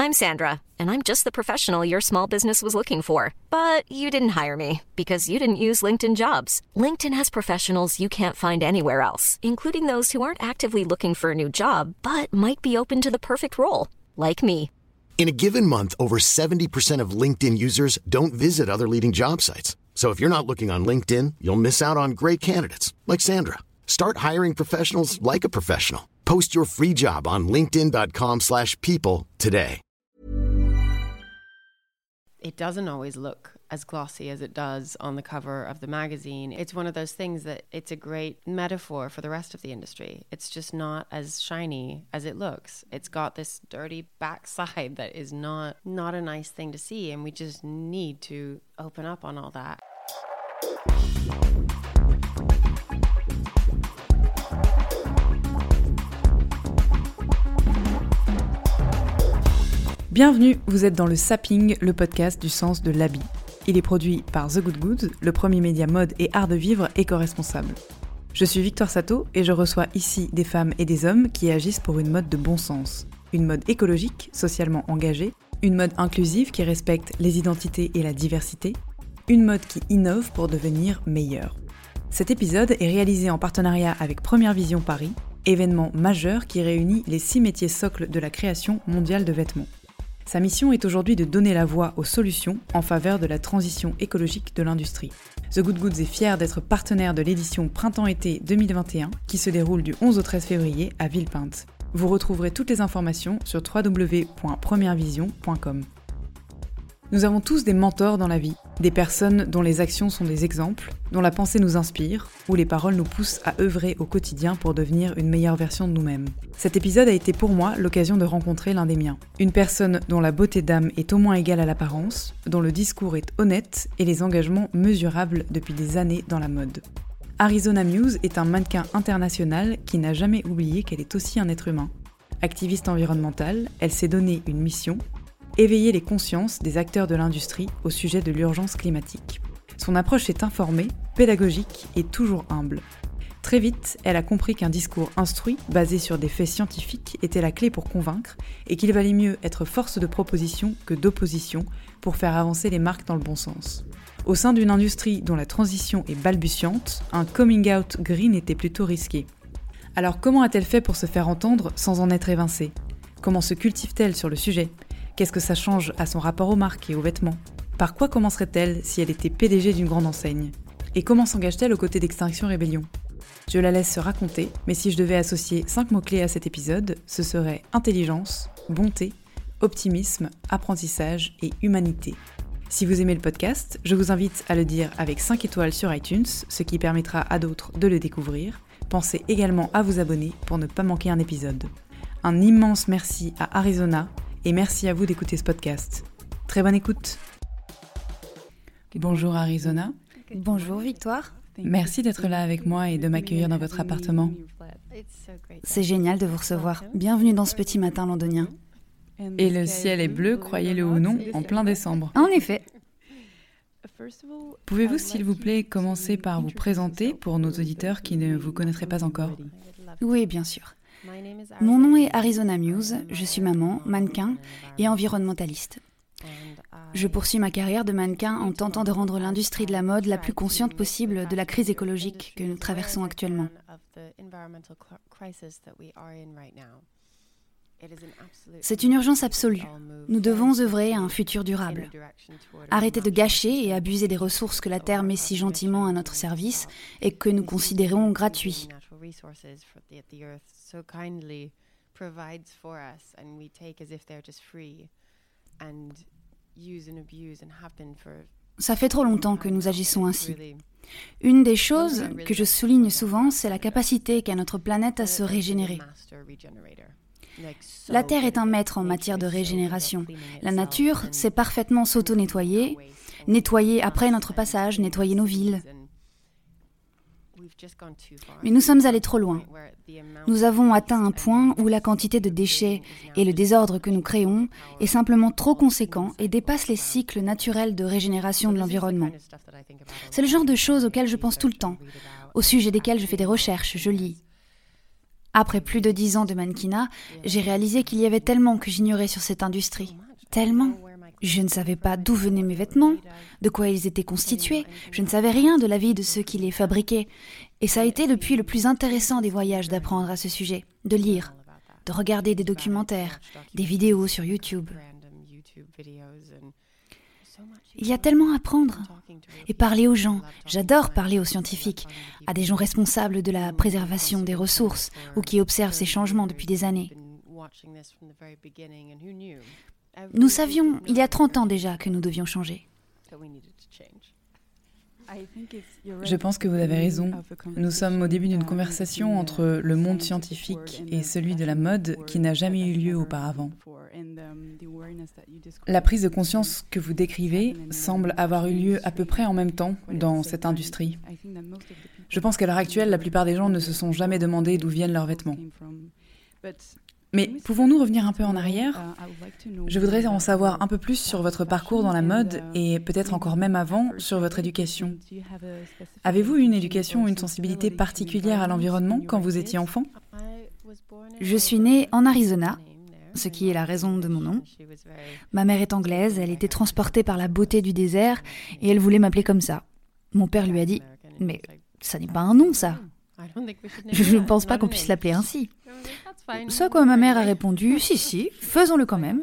I'm Sandra, and I'm just the professional your small business was looking for. But you didn't hire me because you didn't use LinkedIn Jobs. LinkedIn has professionals you can't find anywhere else, including those who aren't actively looking for a new job, but might be open to the perfect role, like me. In a given month, over 70% of LinkedIn users don't visit other leading job sites. So if you're not looking on LinkedIn, you'll miss out on great candidates like Sandra. Start hiring professionals like a professional. Post your free job on linkedin.com/people today. It doesn't always look as glossy as it does on the cover of the magazine. It's one of those things that it's a great metaphor for the rest of the industry. It's just not as shiny as it looks. It's got this dirty backside that is not a nice thing to see, and we just need to open up on all that. Bienvenue, vous êtes dans le Sapping, le podcast du sens de l'habit. Il est produit par The Good Goods, le premier média mode et art de vivre éco-responsable. Je suis Victoire Sato et je reçois ici des femmes et des hommes qui agissent pour une mode de bon sens. Une mode écologique, socialement engagée, une mode inclusive qui respecte les identités et la diversité, une mode qui innove pour devenir meilleure. Cet épisode est réalisé en partenariat avec Première Vision Paris, événement majeur qui réunit les 6 métiers socles de la création mondiale de vêtements. Sa mission est aujourd'hui de donner la voix aux solutions en faveur de la transition écologique de l'industrie. The Good Goods est fier d'être partenaire de l'édition Printemps-été 2021 qui se déroule du 11 au 13 février à Villepinte. Vous retrouverez toutes les informations sur www.premièrevision.com. Nous avons tous des mentors dans la vie, des personnes dont les actions sont des exemples, dont la pensée nous inspire, ou les paroles nous poussent à œuvrer au quotidien pour devenir une meilleure version de nous-mêmes. Cet épisode a été pour moi l'occasion de rencontrer l'un des miens. Une personne dont la beauté d'âme est au moins égale à l'apparence, dont le discours est honnête et les engagements mesurables depuis des années dans la mode. Arizona Muse est un mannequin international qui n'a jamais oublié qu'elle est aussi un être humain. Activiste environnementale, elle s'est donné une mission: éveiller les consciences des acteurs de l'industrie au sujet de l'urgence climatique. Son approche est informée, pédagogique et toujours humble. Très vite, elle a compris qu'un discours instruit, basé sur des faits scientifiques, était la clé pour convaincre et qu'il valait mieux être force de proposition que d'opposition pour faire avancer les marques dans le bon sens. Au sein d'une industrie dont la transition est balbutiante, un coming out green était plutôt risqué. Alors comment a-t-elle fait pour se faire entendre sans en être évincée ? Comment se cultive-t-elle sur le sujet ? Qu'est-ce que ça change à son rapport aux marques et aux vêtements ? Par quoi commencerait-elle si elle était PDG d'une grande enseigne ? Et comment s'engage-t-elle aux côtés d'Extinction Rebellion ? Je la laisse se raconter, mais si je devais associer 5 mots-clés à cet épisode, ce serait intelligence, bonté, optimisme, apprentissage et humanité. Si vous aimez le podcast, je vous invite à le dire avec 5 étoiles sur iTunes, ce qui permettra à d'autres de le découvrir. Pensez également à vous abonner pour ne pas manquer un épisode. Un immense merci à Arizona, et merci à vous d'écouter ce podcast. Très bonne écoute. Bonjour Arizona. Bonjour Victoire. Merci d'être là avec moi et de m'accueillir dans votre appartement. C'est génial de vous recevoir. Bienvenue dans ce petit matin londonien. Et le ciel est bleu, croyez-le ou non, en plein décembre. En effet. Pouvez-vous s'il vous plaît commencer par vous présenter pour nos auditeurs qui ne vous connaîtraient pas encore ? Oui, bien sûr. Mon nom est Arizona Muse, je suis maman, mannequin et environnementaliste. Je poursuis ma carrière de mannequin en tentant de rendre l'industrie de la mode la plus consciente possible de la crise écologique que nous traversons actuellement. C'est une urgence absolue. Nous devons œuvrer à un futur durable. Arrêter de gâcher et abuser des ressources que la Terre met si gentiment à notre service et que nous considérons gratuits. Ça fait trop longtemps que nous agissons ainsi. Une des choses que je souligne souvent, c'est la capacité qu'a notre planète à se régénérer. La Terre est un maître en matière de régénération. La nature sait parfaitement s'auto-nettoyer, nettoyer après notre passage, nettoyer nos villes. Mais nous sommes allés trop loin. Nous avons atteint un point où la quantité de déchets et le désordre que nous créons est simplement trop conséquent et dépasse les cycles naturels de régénération de l'environnement. C'est le genre de choses auxquelles je pense tout le temps, au sujet desquelles je fais des recherches, je lis. Après plus de 10 ans de mannequinat, j'ai réalisé qu'il y avait tellement que j'ignorais sur cette industrie. Tellement. Je ne savais pas d'où venaient mes vêtements, de quoi ils étaient constitués, je ne savais rien de la vie de ceux qui les fabriquaient. Et ça a été depuis le plus intéressant des voyages d'apprendre à ce sujet, de lire, de regarder des documentaires, des vidéos sur YouTube. Il y a tellement à apprendre. Et parler aux gens. J'adore parler aux scientifiques, à des gens responsables de la préservation des ressources ou qui observent ces changements depuis des années. Nous savions, il y a 30 ans déjà, que nous devions changer. Je pense que vous avez raison. Nous sommes au début d'une conversation entre le monde scientifique et celui de la mode qui n'a jamais eu lieu auparavant. La prise de conscience que vous décrivez semble avoir eu lieu à peu près en même temps dans cette industrie. Je pense qu'à l'heure actuelle, la plupart des gens ne se sont jamais demandé d'où viennent leurs vêtements. Mais pouvons-nous revenir un peu en arrière ? Je voudrais en savoir un peu plus sur votre parcours dans la mode et peut-être encore même avant sur votre éducation. Avez-vous eu une éducation ou une sensibilité particulière à l'environnement quand vous étiez enfant ? Je suis née en Arizona, ce qui est la raison de mon nom. Ma mère est anglaise, elle était transportée par la beauté du désert et elle voulait m'appeler comme ça. Mon père lui a dit « Mais ça n'est pas un nom, ça !» Je ne pense pas qu'on puisse l'appeler ainsi. Ce à quoi ma mère a répondu « Si, faisons-le quand même ».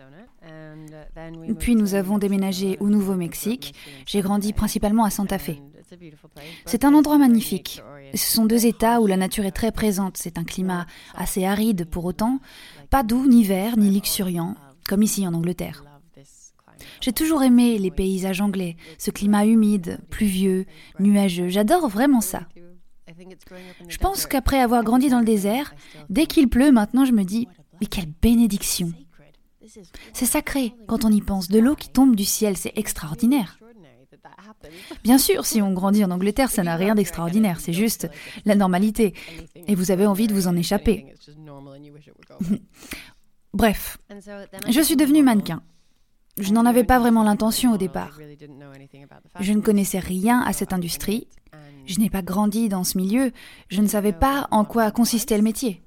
Puis nous avons déménagé au Nouveau-Mexique. J'ai grandi principalement à Santa Fe. C'est un endroit magnifique. Ce sont 2 États où la nature est très présente. C'est un climat assez aride pour autant, pas doux ni vert ni luxuriant, comme ici en Angleterre. J'ai toujours aimé les paysages anglais, ce climat humide, pluvieux, nuageux. J'adore vraiment ça. Je pense qu'après avoir grandi dans le désert, dès qu'il pleut, maintenant je me dis « Mais quelle bénédiction !» C'est sacré quand on y pense. De l'eau qui tombe du ciel, c'est extraordinaire. Bien sûr, si on grandit en Angleterre, ça n'a rien d'extraordinaire, c'est juste la normalité. Et vous avez envie de vous en échapper. Bref, je suis devenue mannequin. Je n'en avais pas vraiment l'intention au départ. Je ne connaissais rien à cette industrie. Je n'ai pas grandi dans ce milieu. Je ne savais pas en quoi consistait le métier.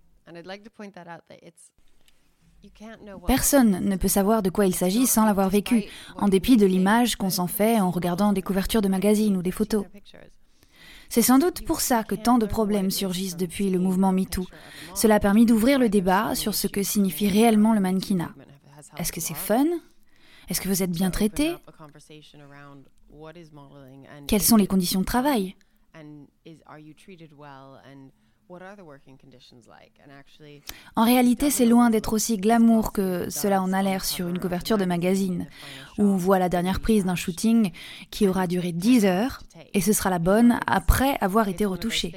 Personne ne peut savoir de quoi il s'agit sans l'avoir vécu, en dépit de l'image qu'on s'en fait en regardant des couvertures de magazines ou des photos. C'est sans doute pour ça que tant de problèmes surgissent depuis le mouvement MeToo. Cela a permis d'ouvrir le débat sur ce que signifie réellement le mannequinat. Est-ce que c'est fun ? Est-ce que vous êtes bien traité ? Quelles sont les conditions de travail ? En réalité, c'est loin d'être aussi glamour que cela en a l'air sur une couverture de magazine, où on voit la dernière prise d'un shooting qui aura duré 10 heures, et ce sera la bonne après avoir été retouchée.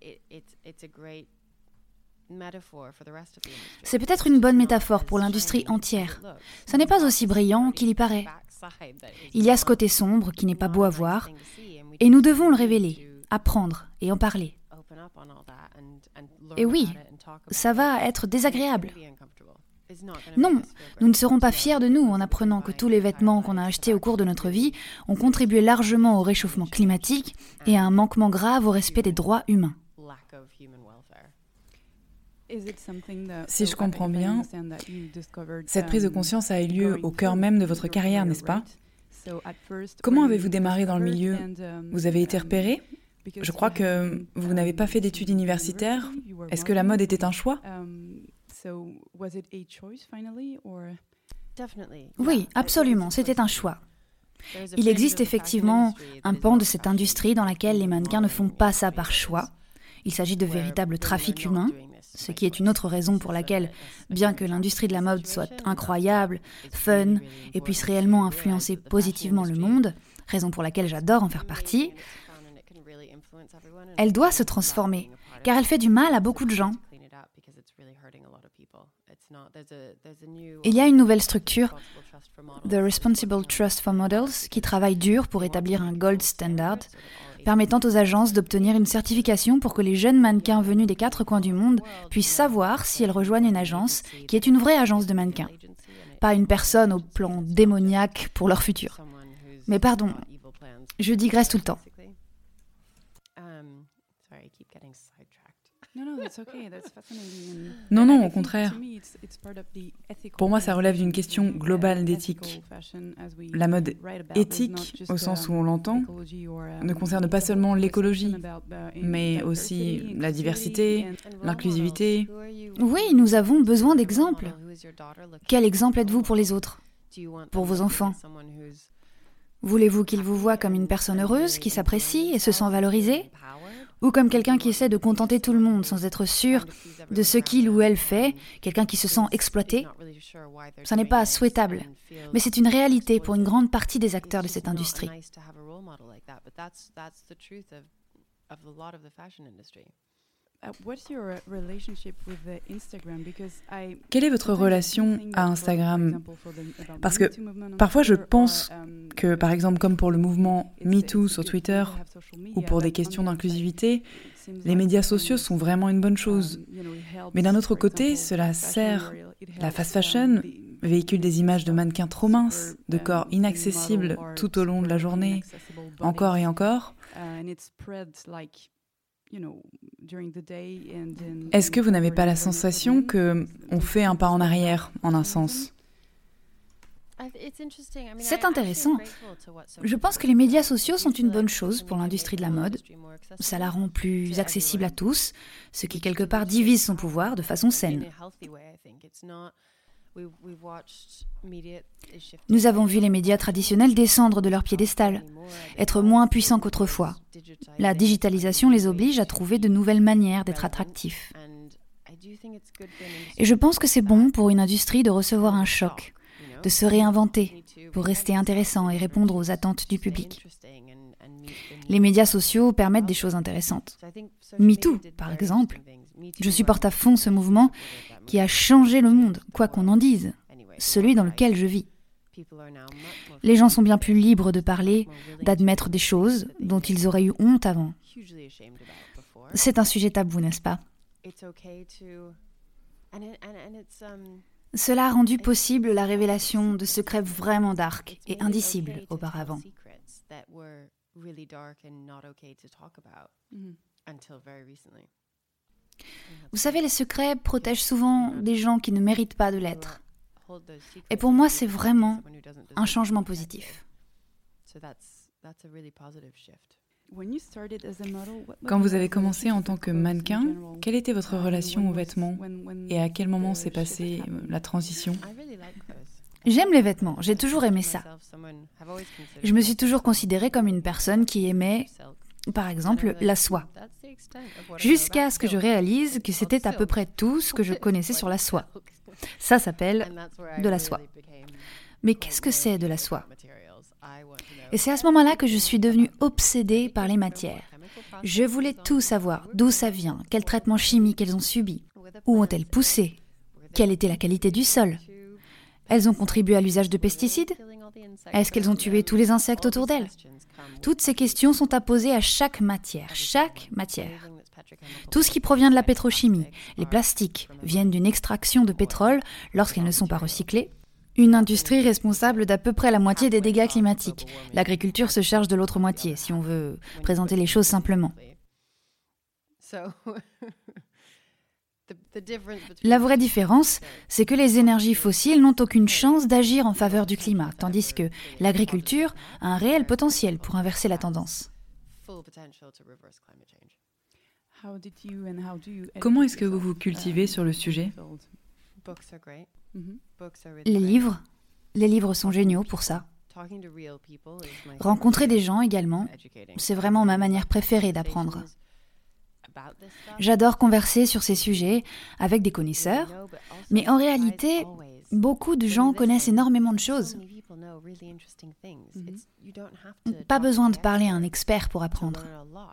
C'est peut-être une bonne métaphore pour l'industrie entière. Ce n'est pas aussi brillant qu'il y paraît. Il y a ce côté sombre qui n'est pas beau à voir, et nous devons le révéler, apprendre et en parler. Et oui, ça va être désagréable. Non, nous ne serons pas fiers de nous en apprenant que tous les vêtements qu'on a achetés au cours de notre vie ont contribué largement au réchauffement climatique et à un manquement grave au respect des droits humains. Si je comprends bien, cette prise de conscience a eu lieu au cœur même de votre carrière, n'est-ce pas ? Comment avez-vous démarré dans le milieu ? Vous avez été repéré ? Je crois que vous n'avez pas fait d'études universitaires. Est-ce que la mode était un choix ? Oui, absolument, c'était un choix. Il existe effectivement un pan de cette industrie dans laquelle les mannequins ne font pas ça par choix. Il s'agit de véritables trafics humains, ce qui est une autre raison pour laquelle, bien que l'industrie de la mode soit incroyable, fun et puisse réellement influencer positivement le monde, raison pour laquelle j'adore en faire partie, elle doit se transformer, car elle fait du mal à beaucoup de gens. Il y a une nouvelle structure, The Responsible Trust for Models, qui travaille dur pour établir un gold standard, permettant aux agences d'obtenir une certification pour que les jeunes mannequins venus des 4 coins du monde puissent savoir si elles rejoignent une agence qui est une vraie agence de mannequins, pas une personne au plan démoniaque pour leur futur. Mais pardon, je digresse tout le temps. Non, non, au contraire. Pour moi, ça relève d'une question globale d'éthique. La mode éthique, au sens où on l'entend, ne concerne pas seulement l'écologie, mais aussi la diversité, l'inclusivité. Oui, nous avons besoin d'exemples. Quel exemple êtes-vous pour les autres, pour vos enfants ? Voulez-vous qu'ils vous voient comme une personne heureuse, qui s'apprécie et se sent valorisée ? Ou comme quelqu'un qui essaie de contenter tout le monde sans être sûr de ce qu'il ou elle fait, quelqu'un qui se sent exploité ? Ça n'est pas souhaitable, mais c'est une réalité pour une grande partie des acteurs de cette industrie. Quelle est votre relation à Instagram ? Parce que parfois je pense que, par exemple, comme pour le mouvement MeToo sur Twitter ou pour des questions d'inclusivité, les médias sociaux sont vraiment une bonne chose. Mais d'un autre côté, cela sert la fast fashion, véhicule des images de mannequins trop minces, de corps inaccessibles tout au long de la journée, encore et encore. Est-ce que vous n'avez pas la sensation qu'on fait un pas en arrière, en un sens ? C'est intéressant. Je pense que les médias sociaux sont une bonne chose pour l'industrie de la mode. Ça la rend plus accessible à tous, ce qui quelque part divise son pouvoir de façon saine. Nous avons vu les médias traditionnels descendre de leur piédestal, être moins puissants qu'autrefois. La digitalisation les oblige à trouver de nouvelles manières d'être attractifs. Et je pense que c'est bon pour une industrie de recevoir un choc, de se réinventer pour rester intéressant et répondre aux attentes du public. Les médias sociaux permettent des choses intéressantes. MeToo, par exemple. Je supporte à fond ce mouvement qui a changé le monde, quoi qu'on en dise, celui dans lequel je vis. Les gens sont bien plus libres de parler, d'admettre des choses dont ils auraient eu honte avant. C'est un sujet tabou, n'est-ce pas ? Cela a rendu possible la révélation de secrets vraiment dark et indicibles auparavant. Vous savez, les secrets protègent souvent des gens qui ne méritent pas de l'être. Et pour moi, c'est vraiment un changement positif. Quand vous avez commencé en tant que mannequin, quelle était votre relation aux vêtements ? Et à quel moment s'est passée la transition ? J'aime les vêtements, j'ai toujours aimé ça. Je me suis toujours considérée comme une personne qui aimait, par exemple, la soie. Jusqu'à ce que je réalise que c'était à peu près tout ce que je connaissais sur la soie. Ça s'appelle de la soie. Mais qu'est-ce que c'est de la soie ? Et c'est à ce moment-là que je suis devenue obsédée par les matières. Je voulais tout savoir, d'où ça vient, quel traitement chimique elles ont subi, où ont-elles poussé, quelle était la qualité du sol. Elles ont contribué à l'usage de pesticides ? Est-ce qu'elles ont tué tous les insectes autour d'elles ? Toutes ces questions sont à poser à chaque matière. Tout ce qui provient de la pétrochimie, les plastiques, viennent d'une extraction de pétrole lorsqu'elles ne sont pas recyclées. Une industrie responsable d'à peu près la moitié des dégâts climatiques. L'agriculture se charge de l'autre moitié, si on veut présenter les choses simplement. La vraie différence, c'est que les énergies fossiles n'ont aucune chance d'agir en faveur du climat, tandis que l'agriculture a un réel potentiel pour inverser la tendance. Comment est-ce que vous vous cultivez sur le sujet ? Les livres sont géniaux pour ça. Rencontrer des gens également, c'est vraiment ma manière préférée d'apprendre. J'adore converser sur ces sujets avec des connaisseurs, mais en réalité, beaucoup de gens connaissent énormément de choses. Pas besoin de parler à un expert pour apprendre.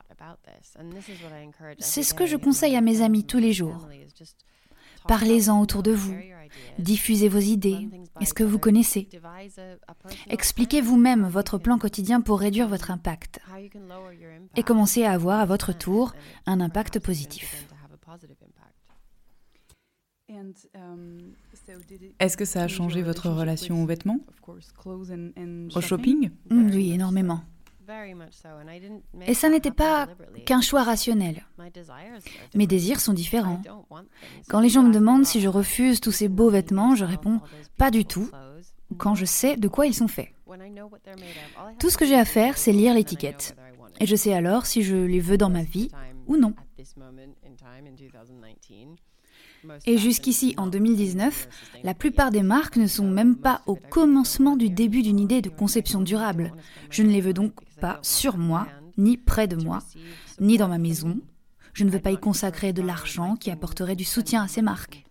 C'est ce que je conseille à mes amis tous les jours. Parlez-en autour de vous. Diffusez vos idées et ce que vous connaissez. Expliquez vous-même votre plan quotidien pour réduire votre impact. Et commencez à avoir à votre tour un impact positif. Est-ce que ça a changé votre relation aux vêtements ? Au shopping ? Oui, énormément. Et ça n'était pas qu'un choix rationnel. Mes désirs sont différents. Quand les gens me demandent si je refuse tous ces beaux vêtements, je réponds « pas du tout », quand je sais de quoi ils sont faits. Tout ce que j'ai à faire, c'est lire l'étiquette. Et je sais alors si je les veux dans ma vie ou non. Et jusqu'ici, en 2019, la plupart des marques ne sont même pas au commencement du début d'une idée de conception durable. Je ne les veux donc pas sur moi, ni près de moi, ni dans ma maison. Je ne veux pas y consacrer de l'argent qui apporterait du soutien à ces marques.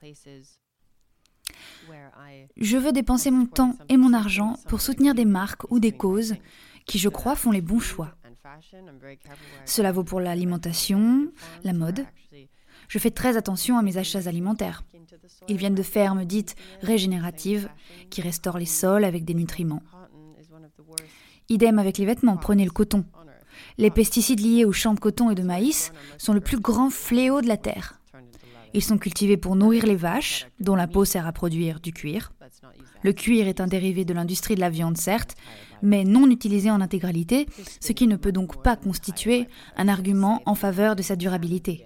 Je veux dépenser mon temps et mon argent pour soutenir des marques ou des causes qui, je crois, font les bons choix. Cela vaut pour l'alimentation, la mode. Je fais très attention à mes achats alimentaires. Ils viennent de fermes dites régénératives qui restaurent les sols avec des nutriments. Idem avec les vêtements, prenez le coton. Les pesticides liés aux champs de coton et de maïs sont le plus grand fléau de la terre. Ils sont cultivés pour nourrir les vaches, dont la peau sert à produire du cuir. Le cuir est un dérivé de l'industrie de la viande, certes, mais non utilisé en intégralité, ce qui ne peut donc pas constituer un argument en faveur de sa durabilité.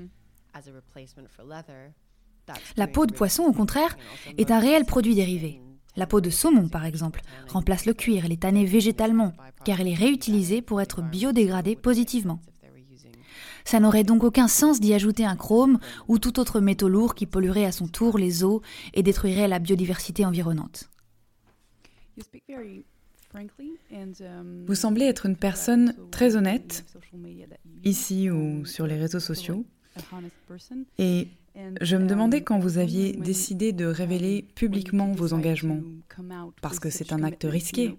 La peau de poisson, au contraire, est un réel produit dérivé. La peau de saumon, par exemple, remplace le cuir, elle est tannée végétalement, car elle est réutilisée pour être biodégradée positivement. Ça n'aurait donc aucun sens d'y ajouter un chrome ou tout autre métaux lourd qui polluerait à son tour les eaux et détruirait la biodiversité environnante. Vous semblez être une personne très honnête, ici ou sur les réseaux sociaux. Et je me demandais quand vous aviez décidé de révéler publiquement vos engagements, parce que c'est un acte risqué.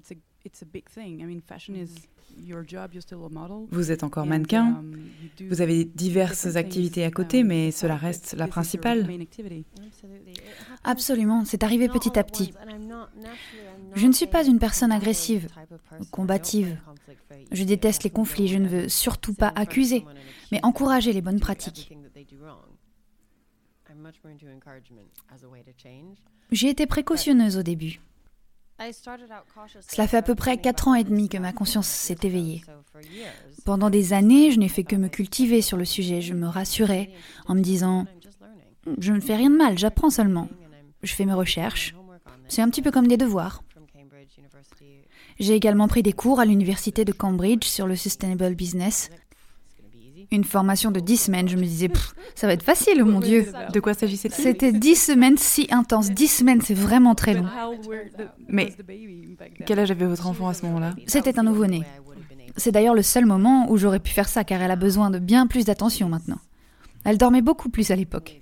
Vous êtes encore mannequin, vous avez diverses activités à côté, mais cela reste la principale. Absolument, c'est arrivé petit à petit. Je ne suis pas une personne agressive, combative. Je déteste les conflits, je ne veux surtout pas accuser, mais encourager les bonnes pratiques. J'ai été précautionneuse au début. Cela fait à peu près 4 ans et demi que ma conscience s'est éveillée. Pendant des années, je n'ai fait que me cultiver sur le sujet. Je me rassurais en me disant « Je ne fais rien de mal, j'apprends seulement. Je fais mes recherches. C'est un petit peu comme des devoirs. » J'ai également pris des cours à l'université de Cambridge sur le Sustainable Business. Une formation de 10 semaines, je me disais « Ça va être facile, mon Dieu !» De quoi s'agissait-il ? C'était 10 semaines si intenses. 10 semaines, c'est vraiment très long. Mais quel âge avait votre enfant à ce moment-là ? C'était un nouveau-né. C'est d'ailleurs le seul moment où j'aurais pu faire ça, car elle a besoin de bien plus d'attention maintenant. Elle dormait beaucoup plus à l'époque.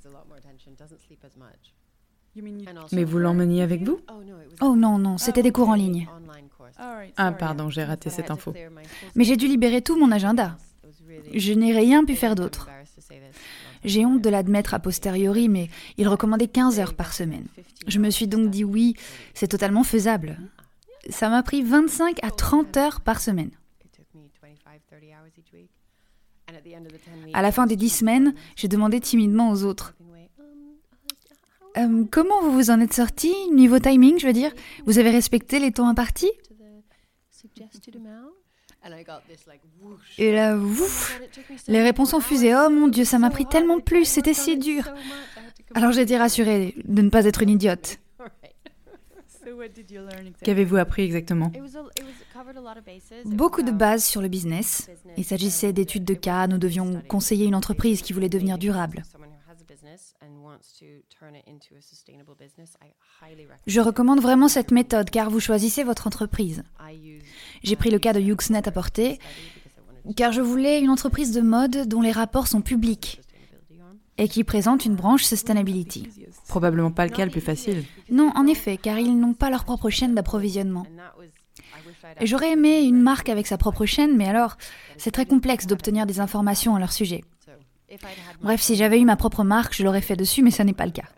Mais vous l'emmeniez avec vous ? Oh non, c'était des cours en ligne. Ah pardon, j'ai raté cette info. Mais j'ai dû libérer tout mon agenda. Je n'ai rien pu faire d'autre. J'ai honte de l'admettre a posteriori, mais il recommandait 15 heures par semaine. Je me suis donc dit oui, c'est totalement faisable. Ça m'a pris 25 à 30 heures par semaine. À la fin des 10 semaines, j'ai demandé timidement aux autres. Comment vous vous en êtes sortis, niveau timing, je veux dire ? Vous avez respecté les temps impartis ? Et là, ouf, les réponses ont fusé. Oh mon Dieu, ça m'a pris tellement plus, c'était si dur. Alors j'ai été rassurée de ne pas être une idiote. Qu'avez-vous appris exactement ? Beaucoup de bases sur le business. Il s'agissait d'études de cas, nous devions conseiller une entreprise qui voulait devenir durable. Je recommande vraiment cette méthode car vous choisissez votre entreprise. J'ai pris le cas de Yuxnet à Porter car je voulais une entreprise de mode dont les rapports sont publics et qui présente une branche sustainability. Probablement pas le cas le plus facile. Non, en effet, car ils n'ont pas leur propre chaîne d'approvisionnement. Et j'aurais aimé une marque avec sa propre chaîne, mais alors, c'est très complexe d'obtenir des informations à leur sujet. Bref, si j'avais eu ma propre marque, je l'aurais fait dessus, mais ça n'est pas le cas.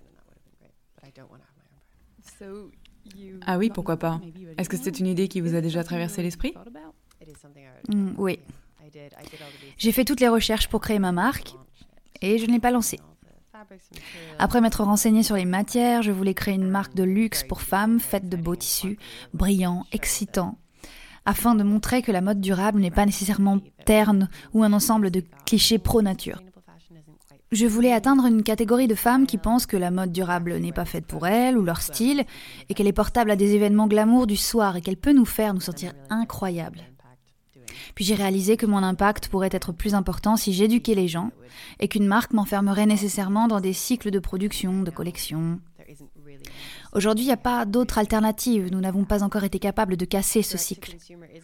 Ah oui, pourquoi pas ? Est-ce que c'est une idée qui vous a déjà traversé l'esprit ? Oui. J'ai fait toutes les recherches pour créer ma marque et je ne l'ai pas lancée. Après m'être renseignée sur les matières, je voulais créer une marque de luxe pour femmes faite de beaux tissus, brillants, excitants, afin de montrer que la mode durable n'est pas nécessairement terne ou un ensemble de clichés pro-nature. Je voulais atteindre une catégorie de femmes qui pensent que la mode durable n'est pas faite pour elles ou leur style, et qu'elle est portable à des événements glamour du soir et qu'elle peut nous faire nous sentir incroyables. Puis j'ai réalisé que mon impact pourrait être plus important si j'éduquais les gens et qu'une marque m'enfermerait nécessairement dans des cycles de production, de collection. Aujourd'hui, il n'y a pas d'autre alternative. Nous n'avons pas encore été capables de casser ce cycle.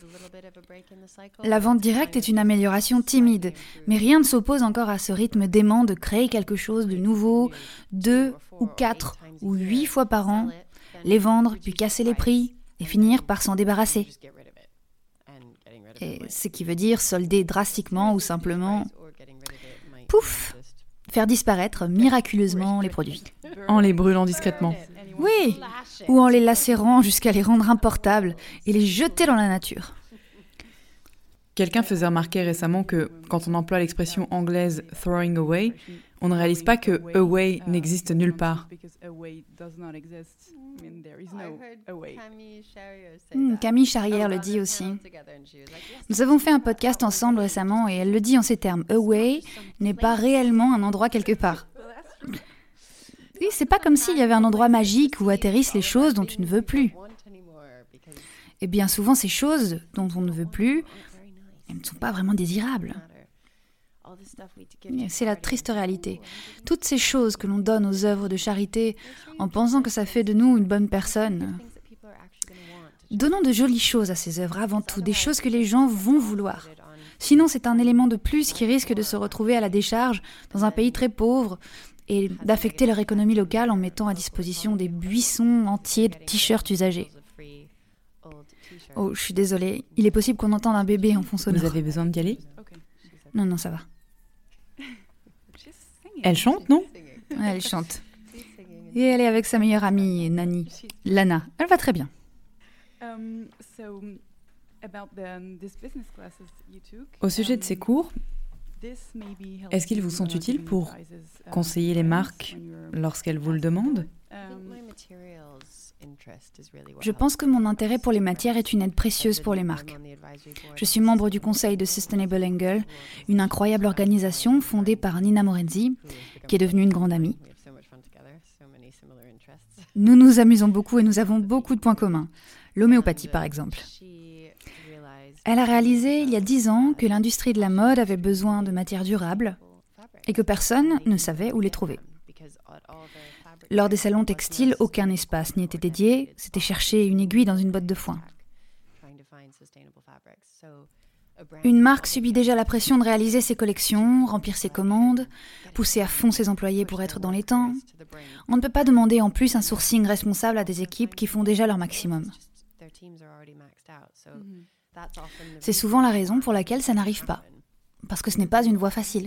La vente directe est une amélioration timide, mais rien ne s'oppose encore à ce rythme dément de créer quelque chose de nouveau 2 ou 4 ou 8 fois par an, les vendre, puis casser les prix et finir par s'en débarrasser. Et ce qui veut dire solder drastiquement ou simplement, pouf, faire disparaître miraculeusement les produits. En les brûlant discrètement. Oui, ou en les lacérant jusqu'à les rendre importables et les jeter dans la nature. Quelqu'un faisait remarquer récemment que quand on emploie l'expression anglaise « throwing away », on ne réalise pas que « away » n'existe nulle part. Camille Charrière le dit aussi. Nous avons fait un podcast ensemble récemment et elle le dit en ces termes. Away n'est pas réellement un endroit quelque part. Oui, c'est pas comme s'il y avait un endroit magique où atterrissent les choses dont tu ne veux plus. Et bien souvent, ces choses dont on ne veut plus, elles ne sont pas vraiment désirables. C'est la triste réalité. Toutes ces choses que l'on donne aux œuvres de charité en pensant que ça fait de nous une bonne personne. Donnons de jolies choses à ces œuvres avant tout, des choses que les gens vont vouloir. Sinon, c'est un élément de plus qui risque de se retrouver à la décharge dans un pays très pauvre et d'affecter leur économie locale en mettant à disposition des buissons entiers de t-shirts usagés. Oh, je suis désolée. Il est possible qu'on entende un bébé en fond sonore. Vous avez besoin d'y aller ? Non, ça va. Elle chante, non ? Ouais, elle chante. Et elle est avec sa meilleure amie, Nani, Lana. Elle va très bien. Au sujet de ces cours, est-ce qu'ils vous sont utiles pour conseiller les marques lorsqu'elles vous le demandent ? Je pense que mon intérêt pour les matières est une aide précieuse pour les marques. Je suis membre du conseil de Sustainable Angle, une incroyable organisation fondée par Nina Morenzi, qui est devenue une grande amie. Nous nous amusons beaucoup et nous avons beaucoup de points communs. L'homéopathie, par exemple. Elle a réalisé il y a 10 ans que l'industrie de la mode avait besoin de matières durables et que personne ne savait où les trouver. Lors des salons textiles, aucun espace n'y était dédié, c'était chercher une aiguille dans une botte de foin. Une marque subit déjà la pression de réaliser ses collections, remplir ses commandes, pousser à fond ses employés pour être dans les temps. On ne peut pas demander en plus un sourcing responsable à des équipes qui font déjà leur maximum. C'est souvent la raison pour laquelle ça n'arrive pas, parce que ce n'est pas une voie facile.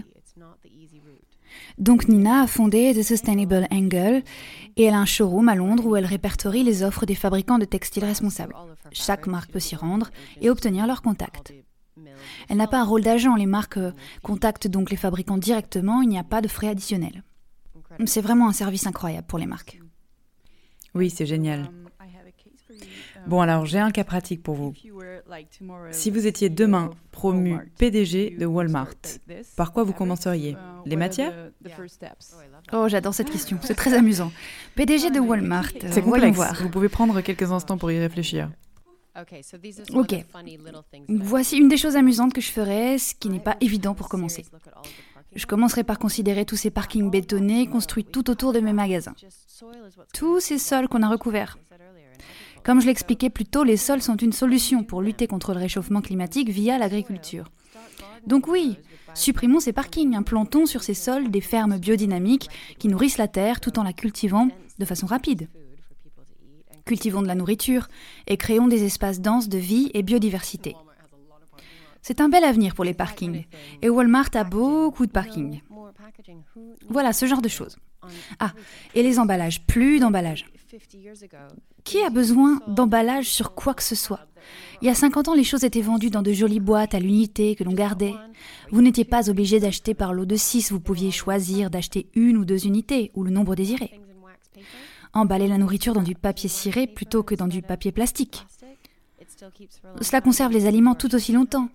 Donc Nina a fondé The Sustainable Angle et elle a un showroom à Londres où elle répertorie les offres des fabricants de textiles responsables. Chaque marque peut s'y rendre et obtenir leur contact. Elle n'a pas un rôle d'agent, les marques contactent donc les fabricants directement, il n'y a pas de frais additionnels. C'est vraiment un service incroyable pour les marques. Oui, c'est génial. Bon, alors j'ai un cas pratique pour vous. Si vous étiez demain promu PDG de Walmart, par quoi vous commenceriez ? Les matières ? Oh, j'adore cette question, c'est très amusant. PDG de Walmart, c'est voyons complexe, voir. Vous pouvez prendre quelques instants pour y réfléchir. Ok, voici une des choses amusantes que je ferais, ce qui n'est pas évident pour commencer. Je commencerai par considérer tous ces parkings bétonnés construits tout autour de mes magasins. Tous ces sols qu'on a recouverts. Comme je l'expliquais plus tôt, les sols sont une solution pour lutter contre le réchauffement climatique via l'agriculture. Donc oui, supprimons ces parkings, implantons sur ces sols des fermes biodynamiques qui nourrissent la terre tout en la cultivant de façon rapide. Cultivons de la nourriture et créons des espaces denses de vie et biodiversité. C'est un bel avenir pour les parkings, et Walmart a beaucoup de parkings. Voilà, ce genre de choses. Ah, et les emballages, plus d'emballages. Qui a besoin d'emballage sur quoi que ce soit ? Il y a 50 ans, les choses étaient vendues dans de jolies boîtes à l'unité que l'on gardait. Vous n'étiez pas obligé d'acheter par lot de 6, vous pouviez choisir d'acheter 1 ou 2 unités, ou le nombre désiré. Emballer la nourriture dans du papier ciré plutôt que dans du papier plastique. Cela conserve les aliments tout aussi longtemps.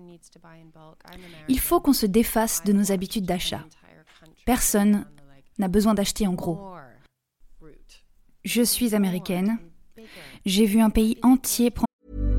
Il faut qu'on se défasse de nos habitudes d'achat. Personne n'a besoin d'acheter en gros. Je suis américaine. J'ai vu un pays entier prendre...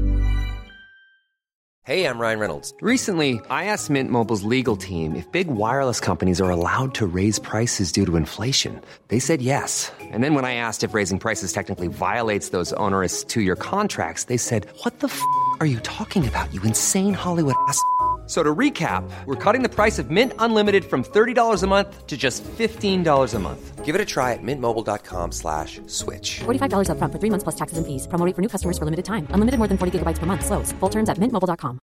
Hey, I'm Ryan Reynolds. Recently, I asked Mint Mobile's legal team if big wireless companies are allowed to raise prices due to inflation. They said yes. And then when I asked if raising prices technically violates those onerous two-year contracts, they said, "What the f*** are you talking about, you insane Hollywood ass?" So to recap, we're cutting the price of Mint Unlimited from $30 a month to just $15 a month. Give it a try at mintmobile.com/switch. $45 up front for 3 months plus taxes and fees. Promo rate for new customers for limited time. Unlimited more than 40 gigabytes per month. Slows full terms at mintmobile.com.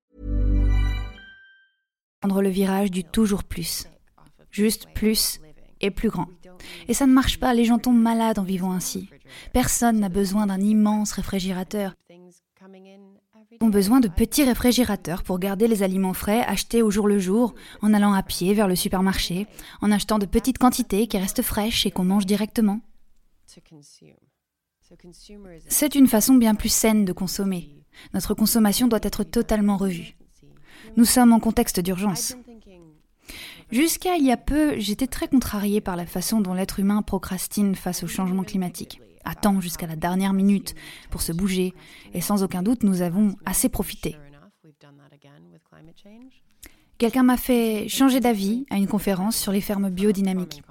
Prendre le virage du toujours plus. Juste plus et plus grand. Et ça ne marche pas, les gens tombent malades en vivant ainsi. Personne n'a besoin d'un immense réfrigérateur. Ils ont besoin de petits réfrigérateurs pour garder les aliments frais achetés au jour le jour, en allant à pied vers le supermarché, en achetant de petites quantités qui restent fraîches et qu'on mange directement. C'est une façon bien plus saine de consommer. Notre consommation doit être totalement revue. Nous sommes en contexte d'urgence. Jusqu'à il y a peu, j'étais très contrariée par la façon dont l'être humain procrastine face au changement climatique. Attend jusqu'à la dernière minute pour se bouger, et sans aucun doute, nous avons assez profité. Quelqu'un m'a fait changer d'avis à une conférence sur les fermes biodynamiques.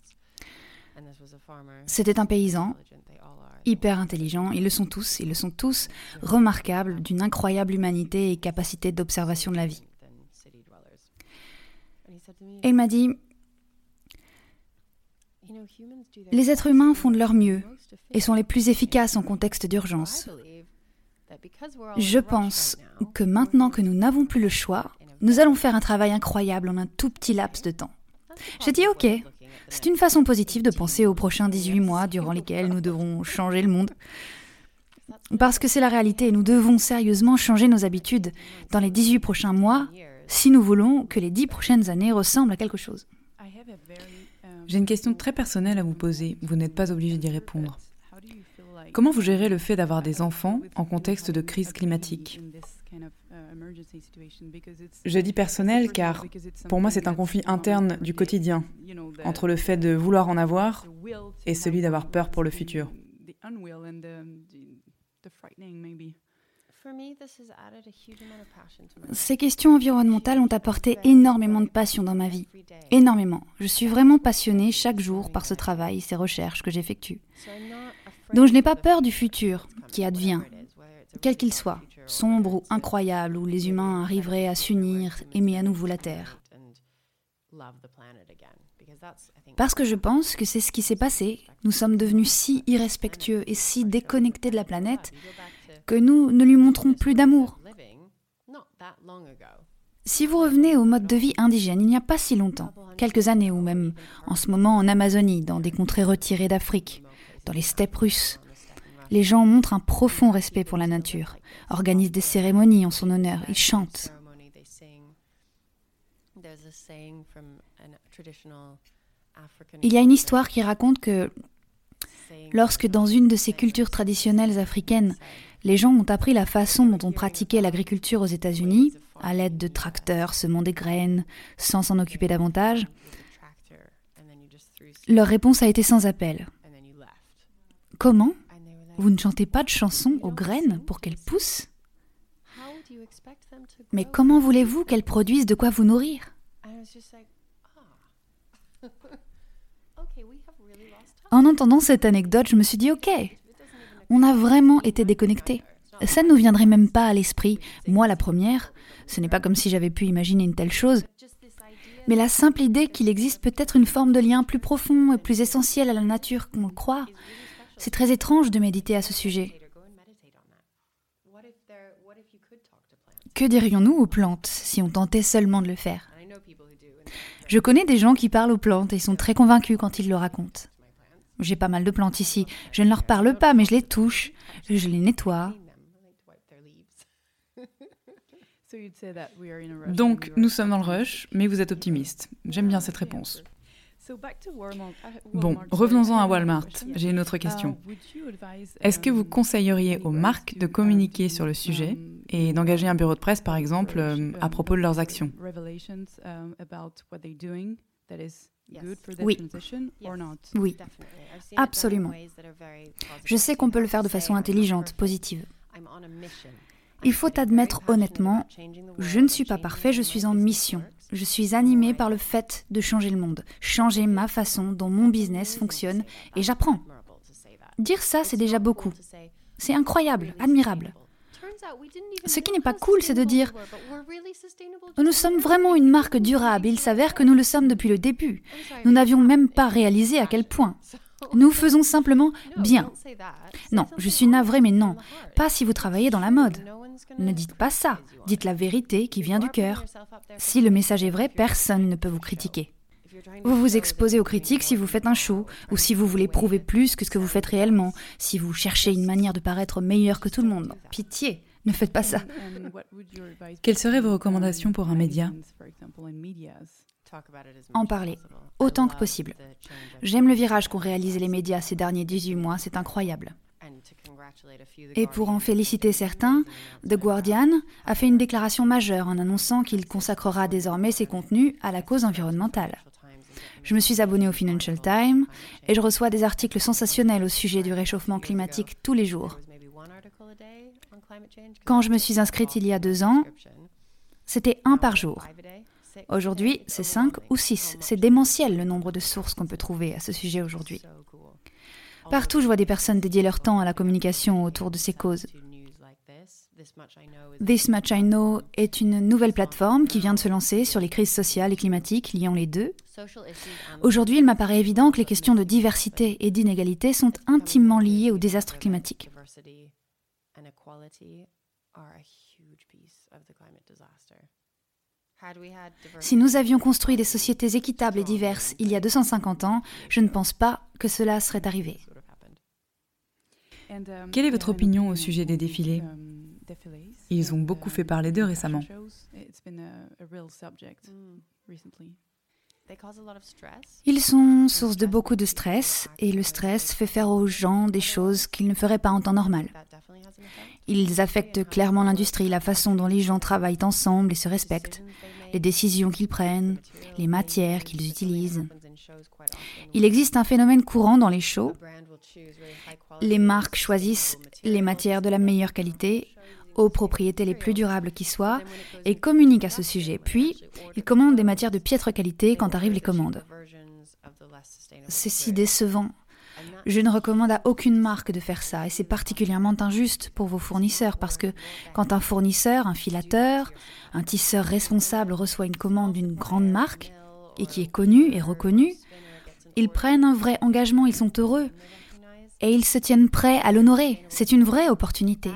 C'était un paysan, hyper intelligent, ils le sont tous, remarquables, d'une incroyable humanité et capacité d'observation de la vie. Et il m'a dit, les êtres humains font de leur mieux et sont les plus efficaces en contexte d'urgence. Je pense que maintenant que nous n'avons plus le choix, nous allons faire un travail incroyable en un tout petit laps de temps. J'ai dit ok, c'est une façon positive de penser aux prochains 18 mois durant lesquels nous devrons changer le monde. Parce que c'est la réalité, nous devons sérieusement changer nos habitudes dans les 18 prochains mois si nous voulons que les 10 prochaines années ressemblent à quelque chose. J'ai une question très personnelle à vous poser, vous n'êtes pas obligé d'y répondre. Comment vous gérez le fait d'avoir des enfants en contexte de crise climatique ? Je dis personnel car pour moi c'est un conflit interne du quotidien, entre le fait de vouloir en avoir et celui d'avoir peur pour le futur. Ces questions environnementales ont apporté énormément de passion dans ma vie. Énormément. Je suis vraiment passionnée chaque jour par ce travail, ces recherches que j'effectue. Donc je n'ai pas peur du futur qui advient, quel qu'il soit, sombre ou incroyable, où les humains arriveraient à s'unir, aimer à nouveau la Terre. Parce que je pense que c'est ce qui s'est passé. Nous sommes devenus si irrespectueux et si déconnectés de la planète que nous ne lui montrons plus d'amour. Si vous revenez au mode de vie indigène, il n'y a pas si longtemps, quelques années ou même en ce moment en Amazonie, dans des contrées retirées d'Afrique, dans les steppes russes, les gens montrent un profond respect pour la nature, organisent des cérémonies en son honneur, ils chantent. Il y a une histoire qui raconte que lorsque dans une de ces cultures traditionnelles africaines, les gens ont appris la façon dont on pratiquait l'agriculture aux États-Unis, à l'aide de tracteurs semant des graines, sans s'en occuper davantage, leur réponse a été sans appel. Comment ? Vous ne chantez pas de chansons aux graines pour qu'elles poussent ? Mais comment voulez-vous qu'elles produisent de quoi vous nourrir ? En entendant cette anecdote, je me suis dit ok, on a vraiment été déconnectés. Ça ne nous viendrait même pas à l'esprit, moi la première. Ce n'est pas comme si j'avais pu imaginer une telle chose. Mais la simple idée qu'il existe peut-être une forme de lien plus profond et plus essentiel à la nature qu'on le croit, c'est très étrange de méditer à ce sujet. Que dirions-nous aux plantes si on tentait seulement de le faire ? Je connais des gens qui parlent aux plantes et sont très convaincus quand ils le racontent. J'ai pas mal de plantes ici. Je ne leur parle pas, mais je les touche, je les nettoie. Donc, nous sommes dans le rush, mais vous êtes optimiste. J'aime bien cette réponse. Bon, revenons-en à Walmart. J'ai une autre question. Est-ce que vous conseilleriez aux marques de communiquer sur le sujet et d'engager un bureau de presse, par exemple, à propos de leurs actions ? Oui. Oui, absolument. Je sais qu'on peut le faire de façon intelligente, positive. Il faut admettre honnêtement, je ne suis pas parfait, je suis en mission. Je suis animée par le fait de changer le monde, changer ma façon dont mon business fonctionne et j'apprends. Dire ça, c'est déjà beaucoup. C'est incroyable, admirable. Ce qui n'est pas cool, c'est de dire « Nous sommes vraiment une marque durable, il s'avère que nous le sommes depuis le début. Nous n'avions même pas réalisé à quel point. Nous faisons simplement bien. » Non, je suis navrée, mais non, pas si vous travaillez dans la mode. Ne dites pas ça, dites la vérité qui vient du cœur. Si le message est vrai, personne ne peut vous critiquer. Vous vous exposez aux critiques si vous faites un show, ou si vous voulez prouver plus que ce que vous faites réellement, si vous cherchez une manière de paraître meilleur que tout le monde. Pitié, ne faites pas ça. Quelles seraient vos recommandations pour un média ? En parler, autant que possible. J'aime le virage qu'ont réalisé les médias ces derniers 18 mois, c'est incroyable. Et pour en féliciter certains, The Guardian a fait une déclaration majeure en annonçant qu'il consacrera désormais ses contenus à la cause environnementale. Je me suis abonnée au Financial Times et je reçois des articles sensationnels au sujet du réchauffement climatique tous les jours. Quand je me suis inscrite il y a 2 ans, c'était 1 par jour. Aujourd'hui, c'est 5 ou 6. C'est démentiel le nombre de sources qu'on peut trouver à ce sujet aujourd'hui. Partout, je vois des personnes dédier leur temps à la communication autour de ces causes. This Much I Know est une nouvelle plateforme qui vient de se lancer sur les crises sociales et climatiques liant les deux. Aujourd'hui, il m'apparaît évident que les questions de diversité et d'inégalité sont intimement liées au désastre climatique. Si nous avions construit des sociétés équitables et diverses il y a 250 ans, je ne pense pas que cela serait arrivé. Quelle est votre opinion au sujet des défilés ? Ils ont beaucoup fait parler d'eux récemment. Ils sont source de beaucoup de stress, et le stress fait faire aux gens des choses qu'ils ne feraient pas en temps normal. Ils affectent clairement l'industrie, la façon dont les gens travaillent ensemble et se respectent, les décisions qu'ils prennent, les matières qu'ils utilisent. Il existe un phénomène courant dans les shows. Les marques choisissent les matières de la meilleure qualité, aux propriétés les plus durables qui soient, et communiquent à ce sujet. Puis, ils commandent des matières de piètre qualité quand arrivent les commandes. C'est si décevant. Je ne recommande à aucune marque de faire ça, et c'est particulièrement injuste pour vos fournisseurs, parce que quand un fournisseur, un filateur, un tisseur responsable reçoit une commande d'une grande marque, et qui est connue et reconnue, ils prennent un vrai engagement, ils sont heureux, et ils se tiennent prêts à l'honorer. C'est une vraie opportunité.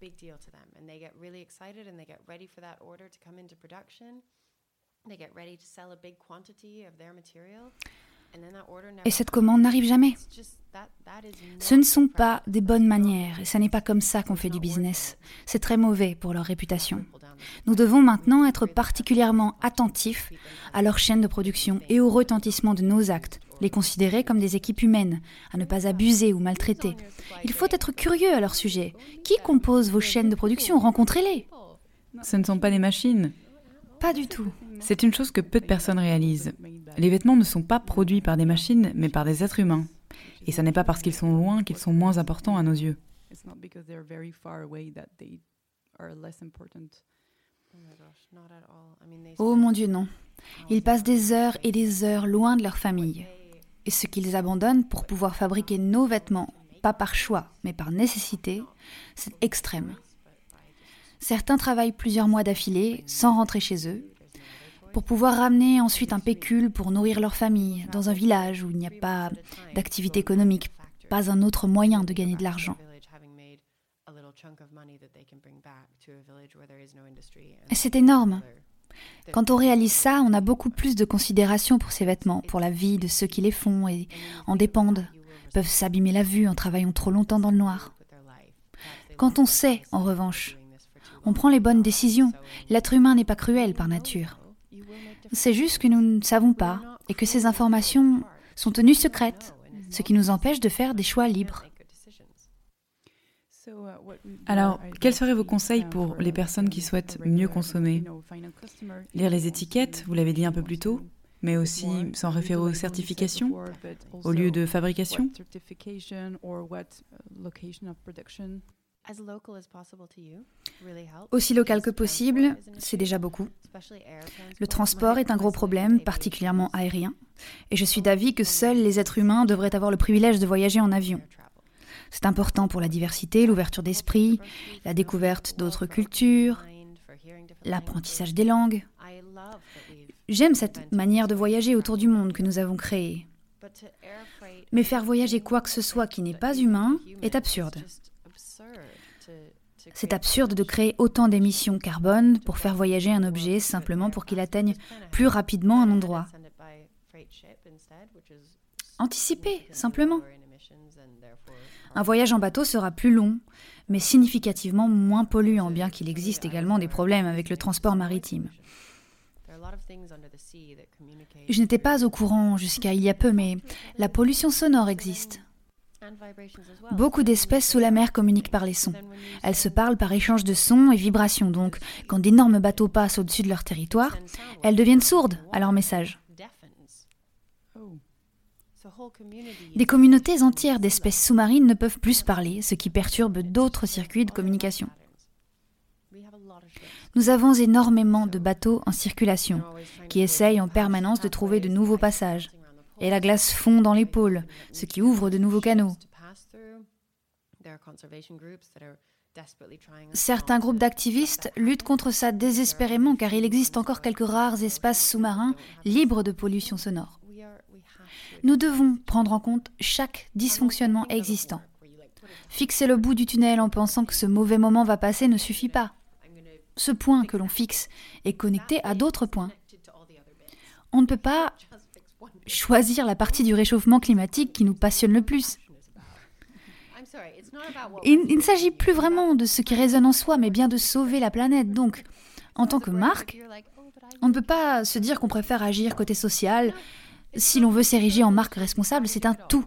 Et cette commande n'arrive jamais. Ce ne sont pas des bonnes manières, et ce n'est pas comme ça qu'on fait du business. C'est très mauvais pour leur réputation. Nous devons maintenant être particulièrement attentifs à leur chaîne de production et au retentissement de nos actes, les considérer comme des équipes humaines, à ne pas abuser ou maltraiter. Il faut être curieux à leur sujet. Qui compose vos chaînes de production ? Rencontrez-les. Ce ne sont pas des machines. Pas du tout. C'est une chose que peu de personnes réalisent. Les vêtements ne sont pas produits par des machines, mais par des êtres humains. Et ce n'est pas parce qu'ils sont loin qu'ils sont moins importants à nos yeux. Oh mon Dieu, non. Ils passent des heures et des heures loin de leur famille. Et ce qu'ils abandonnent pour pouvoir fabriquer nos vêtements, pas par choix, mais par nécessité, c'est extrême. Certains travaillent plusieurs mois d'affilée, sans rentrer chez eux, pour pouvoir ramener ensuite un pécule pour nourrir leur famille, dans un village où il n'y a pas d'activité économique, pas un autre moyen de gagner de l'argent. Et c'est énorme. Quand on réalise ça, on a beaucoup plus de considération pour ces vêtements, pour la vie de ceux qui les font et en dépendent, peuvent s'abîmer la vue en travaillant trop longtemps dans le noir. Quand on sait, en revanche, on prend les bonnes décisions. L'être humain n'est pas cruel par nature. C'est juste que nous ne savons pas, et que ces informations sont tenues secrètes, ce qui nous empêche de faire des choix libres. Alors, quels seraient vos conseils pour les personnes qui souhaitent mieux consommer ? Lire les étiquettes, vous l'avez dit un peu plus tôt, mais aussi s'en référer aux certifications, au lieu de fabrication ? Aussi local que possible, c'est déjà beaucoup. Le transport est un gros problème, particulièrement aérien, et je suis d'avis que seuls les êtres humains devraient avoir le privilège de voyager en avion. C'est important pour la diversité, l'ouverture d'esprit, la découverte d'autres cultures, l'apprentissage des langues. J'aime cette manière de voyager autour du monde que nous avons créée. Mais faire voyager quoi que ce soit qui n'est pas humain est absurde. C'est absurde de créer autant d'émissions carbone pour faire voyager un objet simplement pour qu'il atteigne plus rapidement un endroit. Anticipez, simplement. Un voyage en bateau sera plus long, mais significativement moins polluant, bien qu'il existe également des problèmes avec le transport maritime. Je n'étais pas au courant jusqu'à il y a peu, mais la pollution sonore existe. Beaucoup d'espèces sous la mer communiquent par les sons. Elles se parlent par échange de sons et vibrations, donc quand d'énormes bateaux passent au-dessus de leur territoire, elles deviennent sourdes à leur message. Des communautés entières d'espèces sous-marines ne peuvent plus se parler, ce qui perturbe d'autres circuits de communication. Nous avons énormément de bateaux en circulation qui essayent en permanence de trouver de nouveaux passages. Et la glace fond dans les pôles, ce qui ouvre de nouveaux canaux. Certains groupes d'activistes luttent contre ça désespérément car il existe encore quelques rares espaces sous-marins libres de pollution sonore. Nous devons prendre en compte chaque dysfonctionnement existant. Fixer le bout du tunnel en pensant que ce mauvais moment va passer ne suffit pas. Ce point que l'on fixe est connecté à d'autres points. On ne peut pas choisir la partie du réchauffement climatique qui nous passionne le plus. Il ne s'agit plus vraiment de ce qui résonne en soi, mais bien de sauver la planète. Donc, en tant que marque, on ne peut pas se dire qu'on préfère agir côté social. Si l'on veut s'ériger en marque responsable, c'est un tout.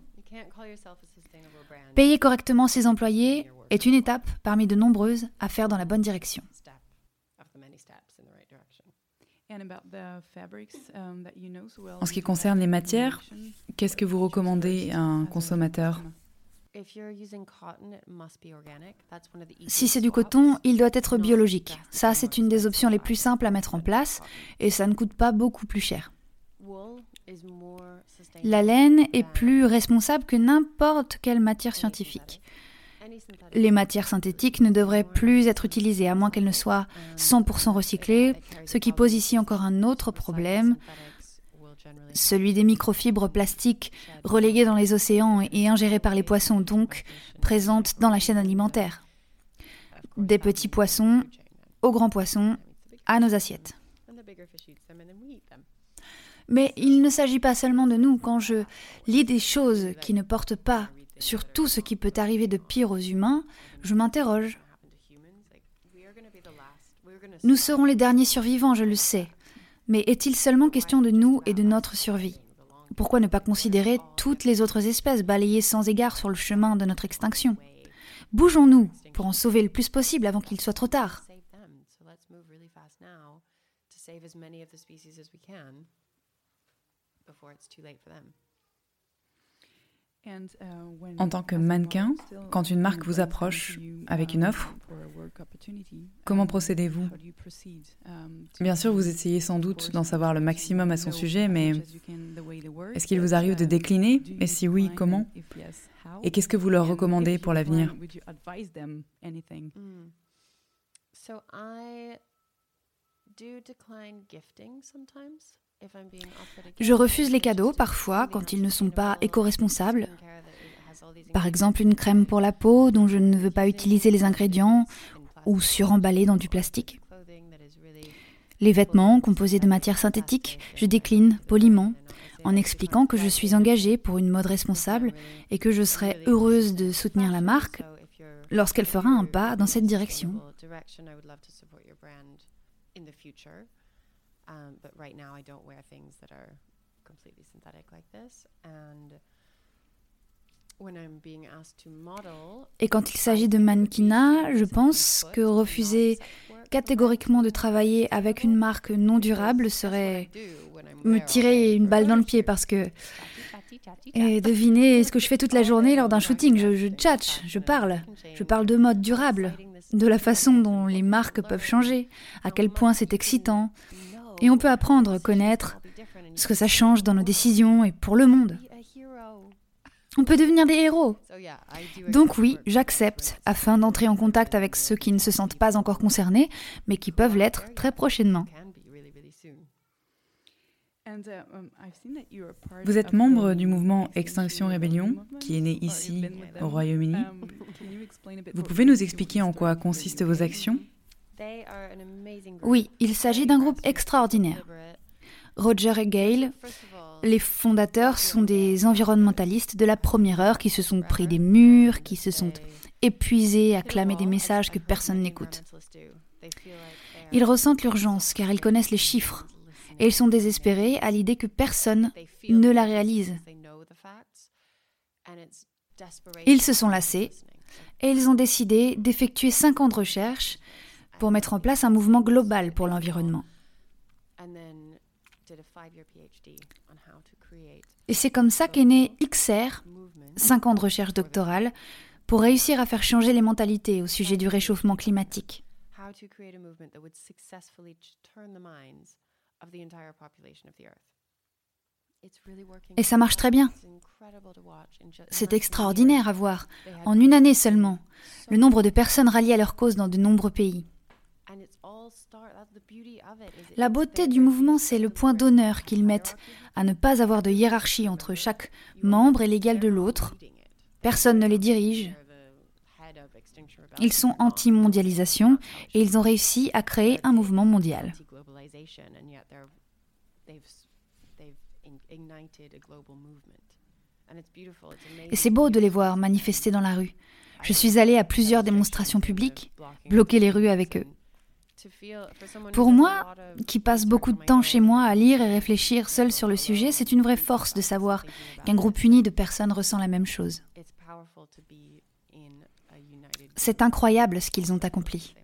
Payer correctement ses employés est une étape parmi de nombreuses à faire dans la bonne direction. En ce qui concerne les matières, qu'est-ce que vous recommandez à un consommateur ? Si c'est du coton, il doit être biologique. Ça, c'est une des options les plus simples à mettre en place et ça ne coûte pas beaucoup plus cher. La laine est plus responsable que n'importe quelle matière scientifique. Les matières synthétiques ne devraient plus être utilisées, à moins qu'elles ne soient 100% recyclées, ce qui pose ici encore un autre problème, celui des microfibres plastiques reléguées dans les océans et ingérées par les poissons, donc présentes dans la chaîne alimentaire. Des petits poissons aux grands poissons, à nos assiettes. Mais il ne s'agit pas seulement de nous. Quand je lis des choses qui ne portent pas sur tout ce qui peut arriver de pire aux humains, je m'interroge. Nous serons les derniers survivants, je le sais. Mais est-il seulement question de nous et de notre survie ? Pourquoi ne pas considérer toutes les autres espèces balayées sans égard sur le chemin de notre extinction ? Bougeons-nous pour en sauver le plus possible avant qu'il soit trop tard. En tant que mannequin, quand une marque vous approche avec une offre, comment procédez-vous ? Bien sûr, vous essayez sans doute d'en savoir le maximum à son sujet, mais est-ce qu'il vous arrive de décliner ? Et si oui, comment ? Et qu'est-ce que vous leur recommandez pour l'avenir ? Je refuse les cadeaux parfois quand ils ne sont pas éco-responsables. Par exemple, une crème pour la peau dont je ne veux pas utiliser les ingrédients ou suremballée dans du plastique. Les vêtements composés de matières synthétiques, je décline poliment en expliquant que je suis engagée pour une mode responsable et que je serai heureuse de soutenir la marque lorsqu'elle fera un pas dans cette direction. But right now I don't wear things that are Et quand il s'agit de mannequinat, je pense que refuser catégoriquement de travailler avec une marque non durable serait me tirer une balle dans le pied parce que... Et devinez ce que je fais toute la journée lors d'un shooting. Je tchatche, je parle de mode durable, de la façon dont les marques peuvent changer, à quel point c'est excitant. Et on peut apprendre, connaître ce que ça change dans nos décisions et pour le monde. On peut devenir des héros. Donc oui, j'accepte, afin d'entrer en contact avec ceux qui ne se sentent pas encore concernés, mais qui peuvent l'être très prochainement. Vous êtes membre du mouvement Extinction Rebellion, qui est né ici, au Royaume-Uni. Vous pouvez nous expliquer en quoi consistent vos actions ? Oui, il s'agit d'un groupe extraordinaire. Roger et Gail, les fondateurs, sont des environnementalistes de la première heure qui se sont pris des murs, qui se sont épuisés à clamer des messages que personne n'écoute. Ils ressentent l'urgence car ils connaissent les chiffres et ils sont désespérés à l'idée que personne ne la réalise. Ils se sont lassés et ils ont décidé d'effectuer 5 ans de recherche pour mettre en place un mouvement global pour l'environnement. Et c'est comme ça qu'est né XR, 5 ans de recherche doctorale, pour réussir à faire changer les mentalités au sujet du réchauffement climatique. Et ça marche très bien. C'est extraordinaire à voir. En une année seulement, le nombre de personnes ralliées à leur cause dans de nombreux pays. La beauté du mouvement, c'est le point d'honneur qu'ils mettent à ne pas avoir de hiérarchie entre chaque membre et l'égal de l'autre. Personne ne les dirige. Ils sont anti-mondialisation et ils ont réussi à créer un mouvement mondial. Et c'est beau de les voir manifester dans la rue. Je suis allée à plusieurs démonstrations publiques, bloquer les rues avec eux. Pour moi, qui passe beaucoup de temps chez moi à lire et réfléchir seule sur le sujet, c'est une vraie force de savoir qu'un groupe uni de personnes ressent la même chose. C'est incroyable ce qu'ils ont accompli.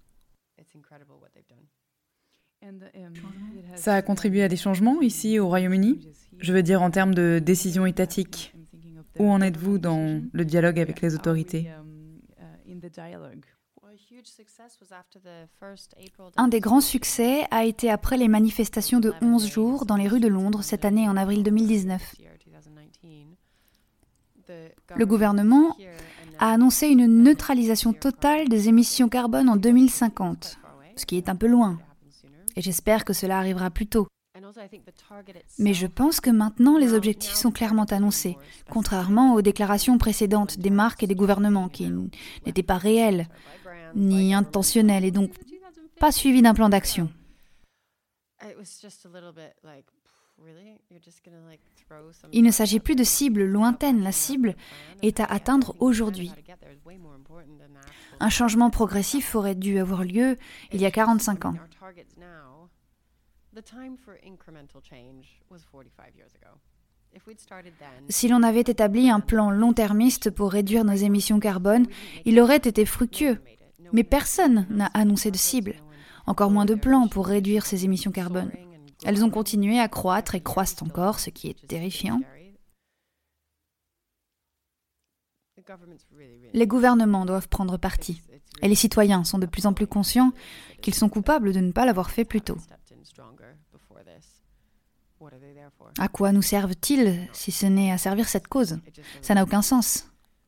Ça a contribué à des changements ici au Royaume-Uni ? Je veux dire en termes de décisions étatiques. Où en êtes-vous dans le dialogue avec les autorités ? Un des grands succès a été après les manifestations de 11 jours dans les rues de Londres cette année en avril 2019. Le gouvernement a annoncé une neutralisation totale des émissions carbone en 2050, ce qui est un peu loin. Et j'espère que cela arrivera plus tôt. Mais je pense que maintenant les objectifs sont clairement annoncés, contrairement aux déclarations précédentes des marques et des gouvernements qui n'étaient pas réelles, ni intentionnelles, et donc pas suivies d'un plan d'action. Il ne s'agit plus de cibles lointaines, la cible est à atteindre aujourd'hui. Un changement progressif aurait dû avoir lieu il y a 45 ans. Si l'on avait établi un plan long-termiste pour réduire nos émissions carbone, il aurait été fructueux. Mais personne n'a annoncé de cible, encore moins de plan pour réduire ces émissions carbone. Elles ont continué à croître et croissent encore, ce qui est terrifiant. Les gouvernements doivent prendre parti, et les citoyens sont de plus en plus conscients qu'ils sont coupables de ne pas l'avoir fait plus tôt. À quoi nous servent-ils si ce n'est à servir cette cause ? Ça n'a aucun sens.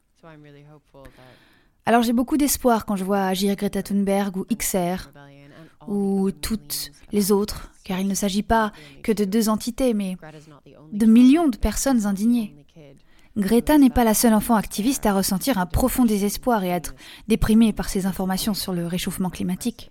Alors j'ai beaucoup d'espoir quand je vois agir Greta Thunberg ou XR ou toutes les autres, car il ne s'agit pas que de 2 entités, mais de millions de personnes indignées. Greta n'est pas la seule enfant activiste à ressentir un profond désespoir et à être déprimée par ces informations sur le réchauffement climatique.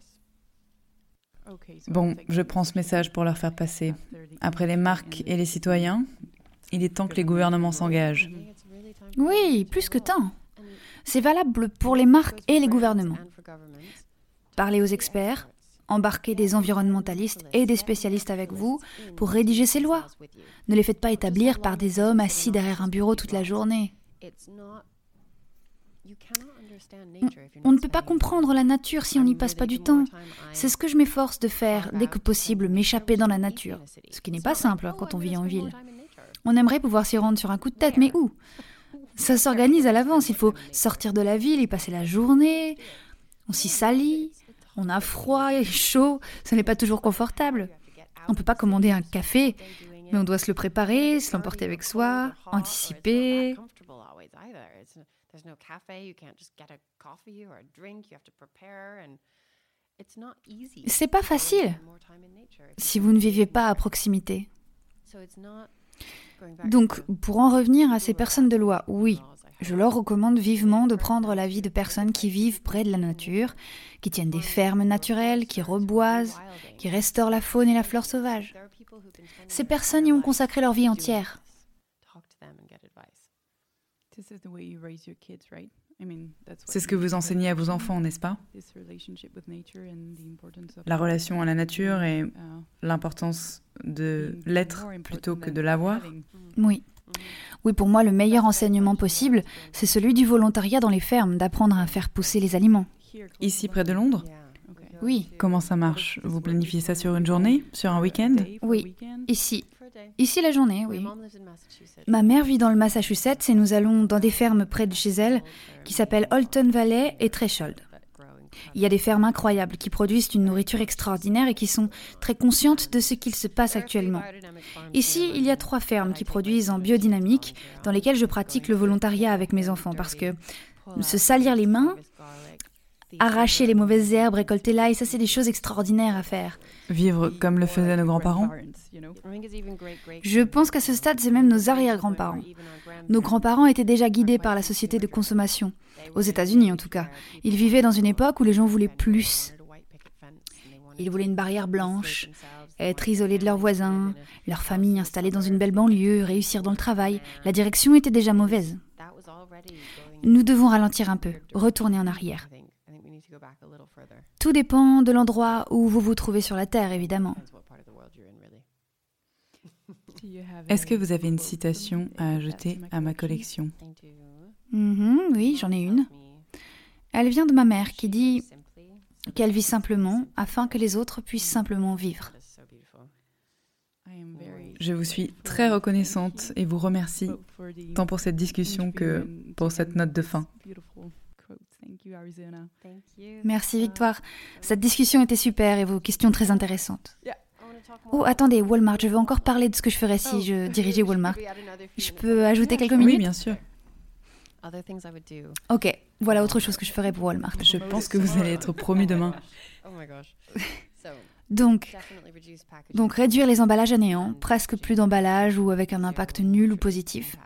Bon, je prends ce message pour leur faire passer. Après les marques et les citoyens, il est temps que les gouvernements s'engagent. Oui, plus que temps. C'est valable pour les marques et les gouvernements. Parler aux experts, Embarquez des environnementalistes et des spécialistes avec vous pour rédiger ces lois. Ne les faites pas établir par des hommes assis derrière un bureau toute la journée. On ne peut pas comprendre la nature si on n'y passe pas du temps. C'est ce que je m'efforce de faire dès que possible, m'échapper dans la nature. Ce qui n'est pas simple quand on vit en ville. On aimerait pouvoir s'y rendre sur un coup de tête, mais où ? Ça s'organise à l'avance. Il faut sortir de la ville, y passer la journée. On s'y salit. On a froid et chaud. Ce n'est pas toujours confortable. On ne peut pas commander un café, mais on doit se le préparer, se l'emporter avec soi, anticiper. C'est pas facile si vous ne vivez pas à proximité. Donc, pour en revenir à ces personnes de loi, oui, je leur recommande vivement de prendre l'avis de personnes qui vivent près de la nature, qui tiennent des fermes naturelles, qui reboisent, qui restaurent la faune et la flore sauvage. Ces personnes y ont consacré leur vie entière. C'est ce que vous enseignez à vos enfants, n'est-ce pas ? La relation à la nature et l'importance de l'être plutôt que de l'avoir. Oui. Oui, pour moi, le meilleur enseignement possible, c'est celui du volontariat dans les fermes, d'apprendre à faire pousser les aliments. Ici, près de Londres ? Oui. Comment ça marche ? Vous planifiez ça sur une journée ? Sur un week-end ? Oui, ici. Ici la journée, oui. Ma mère vit dans le Massachusetts et nous allons dans des fermes près de chez elle qui s'appellent Holton Valley et Threshold. Il y a des fermes incroyables qui produisent une nourriture extraordinaire et qui sont très conscientes de ce qu'il se passe actuellement. Ici, il y a 3 fermes qui produisent en biodynamique dans lesquelles je pratique le volontariat avec mes enfants parce que se salir les mains, arracher les mauvaises herbes, récolter l'ail, ça c'est des choses extraordinaires à faire. Vivre comme le faisaient nos grands-parents ? Je pense qu'à ce stade, c'est même nos arrière-grands-parents. Nos grands-parents étaient déjà guidés par la société de consommation, aux États-Unis en tout cas. Ils vivaient dans une époque où les gens voulaient plus. Ils voulaient une barrière blanche, être isolés de leurs voisins, leur famille installée dans une belle banlieue, réussir dans le travail. La direction était déjà mauvaise. Nous devons ralentir un peu, retourner en arrière. Tout dépend de l'endroit où vous vous trouvez sur la Terre, évidemment. Est-ce que vous avez une citation à ajouter à ma collection ? Oui, j'en ai une. Elle vient de ma mère qui dit qu'elle vit simplement afin que les autres puissent simplement vivre. Je vous suis très reconnaissante et vous remercie, tant pour cette discussion que pour cette note de fin. Merci Victoire. Cette discussion était super et vos questions très intéressantes. Oh, attendez, Walmart, je veux encore parler de ce que je ferais si je dirigeais Walmart. Je peux ajouter quelques minutes ? Oui, bien sûr. Ok, voilà autre chose que je ferais pour Walmart. Je pense que vous allez être promu demain. Donc, réduire les emballages à néant, presque plus d'emballage ou avec un impact nul ou positif.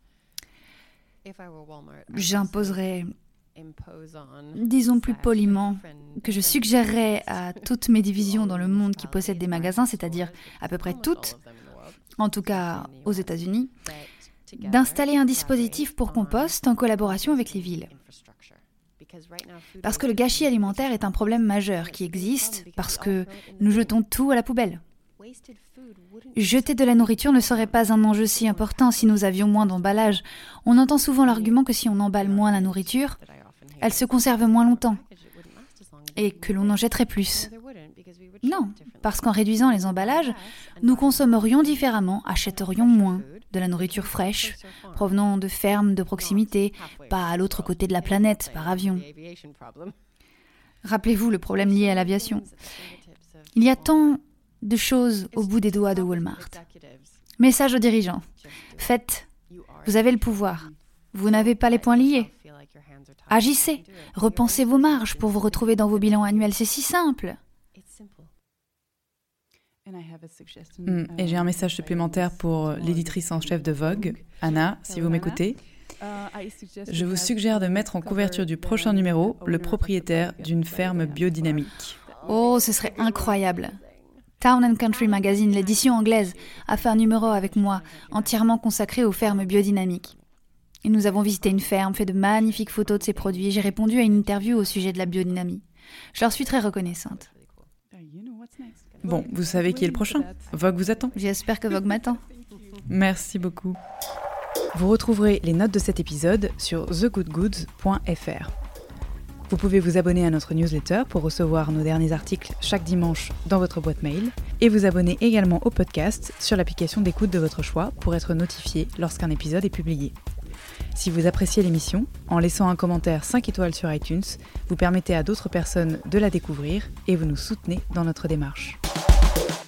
J'imposerais, disons plus poliment, que je suggérerais à toutes mes divisions dans le monde qui possèdent des magasins, c'est-à-dire à peu près toutes, en tout cas aux États-Unis, d'installer un dispositif pour compost en collaboration avec les villes. Parce que le gâchis alimentaire est un problème majeur qui existe parce que nous jetons tout à la poubelle. Jeter de la nourriture ne serait pas un enjeu si important si nous avions moins d'emballage. On entend souvent l'argument que si on emballe moins la nourriture, elle se conserve moins longtemps et que l'on en jetterait plus. Non, parce qu'en réduisant les emballages, nous consommerions différemment, achèterions moins de la nourriture fraîche, provenant de fermes de proximité, pas à l'autre côté de la planète, par avion. Rappelez-vous le problème lié à l'aviation. Il y a tant de choses au bout des doigts de Walmart. Message aux dirigeants. Faites, vous avez le pouvoir. Vous n'avez pas les poings liés. Agissez, repensez vos marges pour vous retrouver dans vos bilans annuels, c'est si simple. Et j'ai un message supplémentaire pour l'éditrice en chef de Vogue, Anna, si vous m'écoutez. Je vous suggère de mettre en couverture du prochain numéro le propriétaire d'une ferme biodynamique. Oh, ce serait incroyable. Town and Country Magazine, l'édition anglaise, a fait un numéro avec moi, entièrement consacré aux fermes biodynamiques. Et nous avons visité une ferme, fait de magnifiques photos de ses produits. J'ai répondu à une interview au sujet de la biodynamie. Je leur suis très reconnaissante. Bon, vous savez qui est le prochain. Vogue vous attend. J'espère que Vogue m'attend. Merci beaucoup. Vous retrouverez les notes de cet épisode sur thegoodgoods.fr. Vous pouvez vous abonner à notre newsletter pour recevoir nos derniers articles chaque dimanche dans votre boîte mail et vous abonner également au podcast sur l'application d'écoute de votre choix pour être notifié lorsqu'un épisode est publié. Si vous appréciez l'émission, en laissant un commentaire 5 étoiles sur iTunes, vous permettez à d'autres personnes de la découvrir et vous nous soutenez dans notre démarche.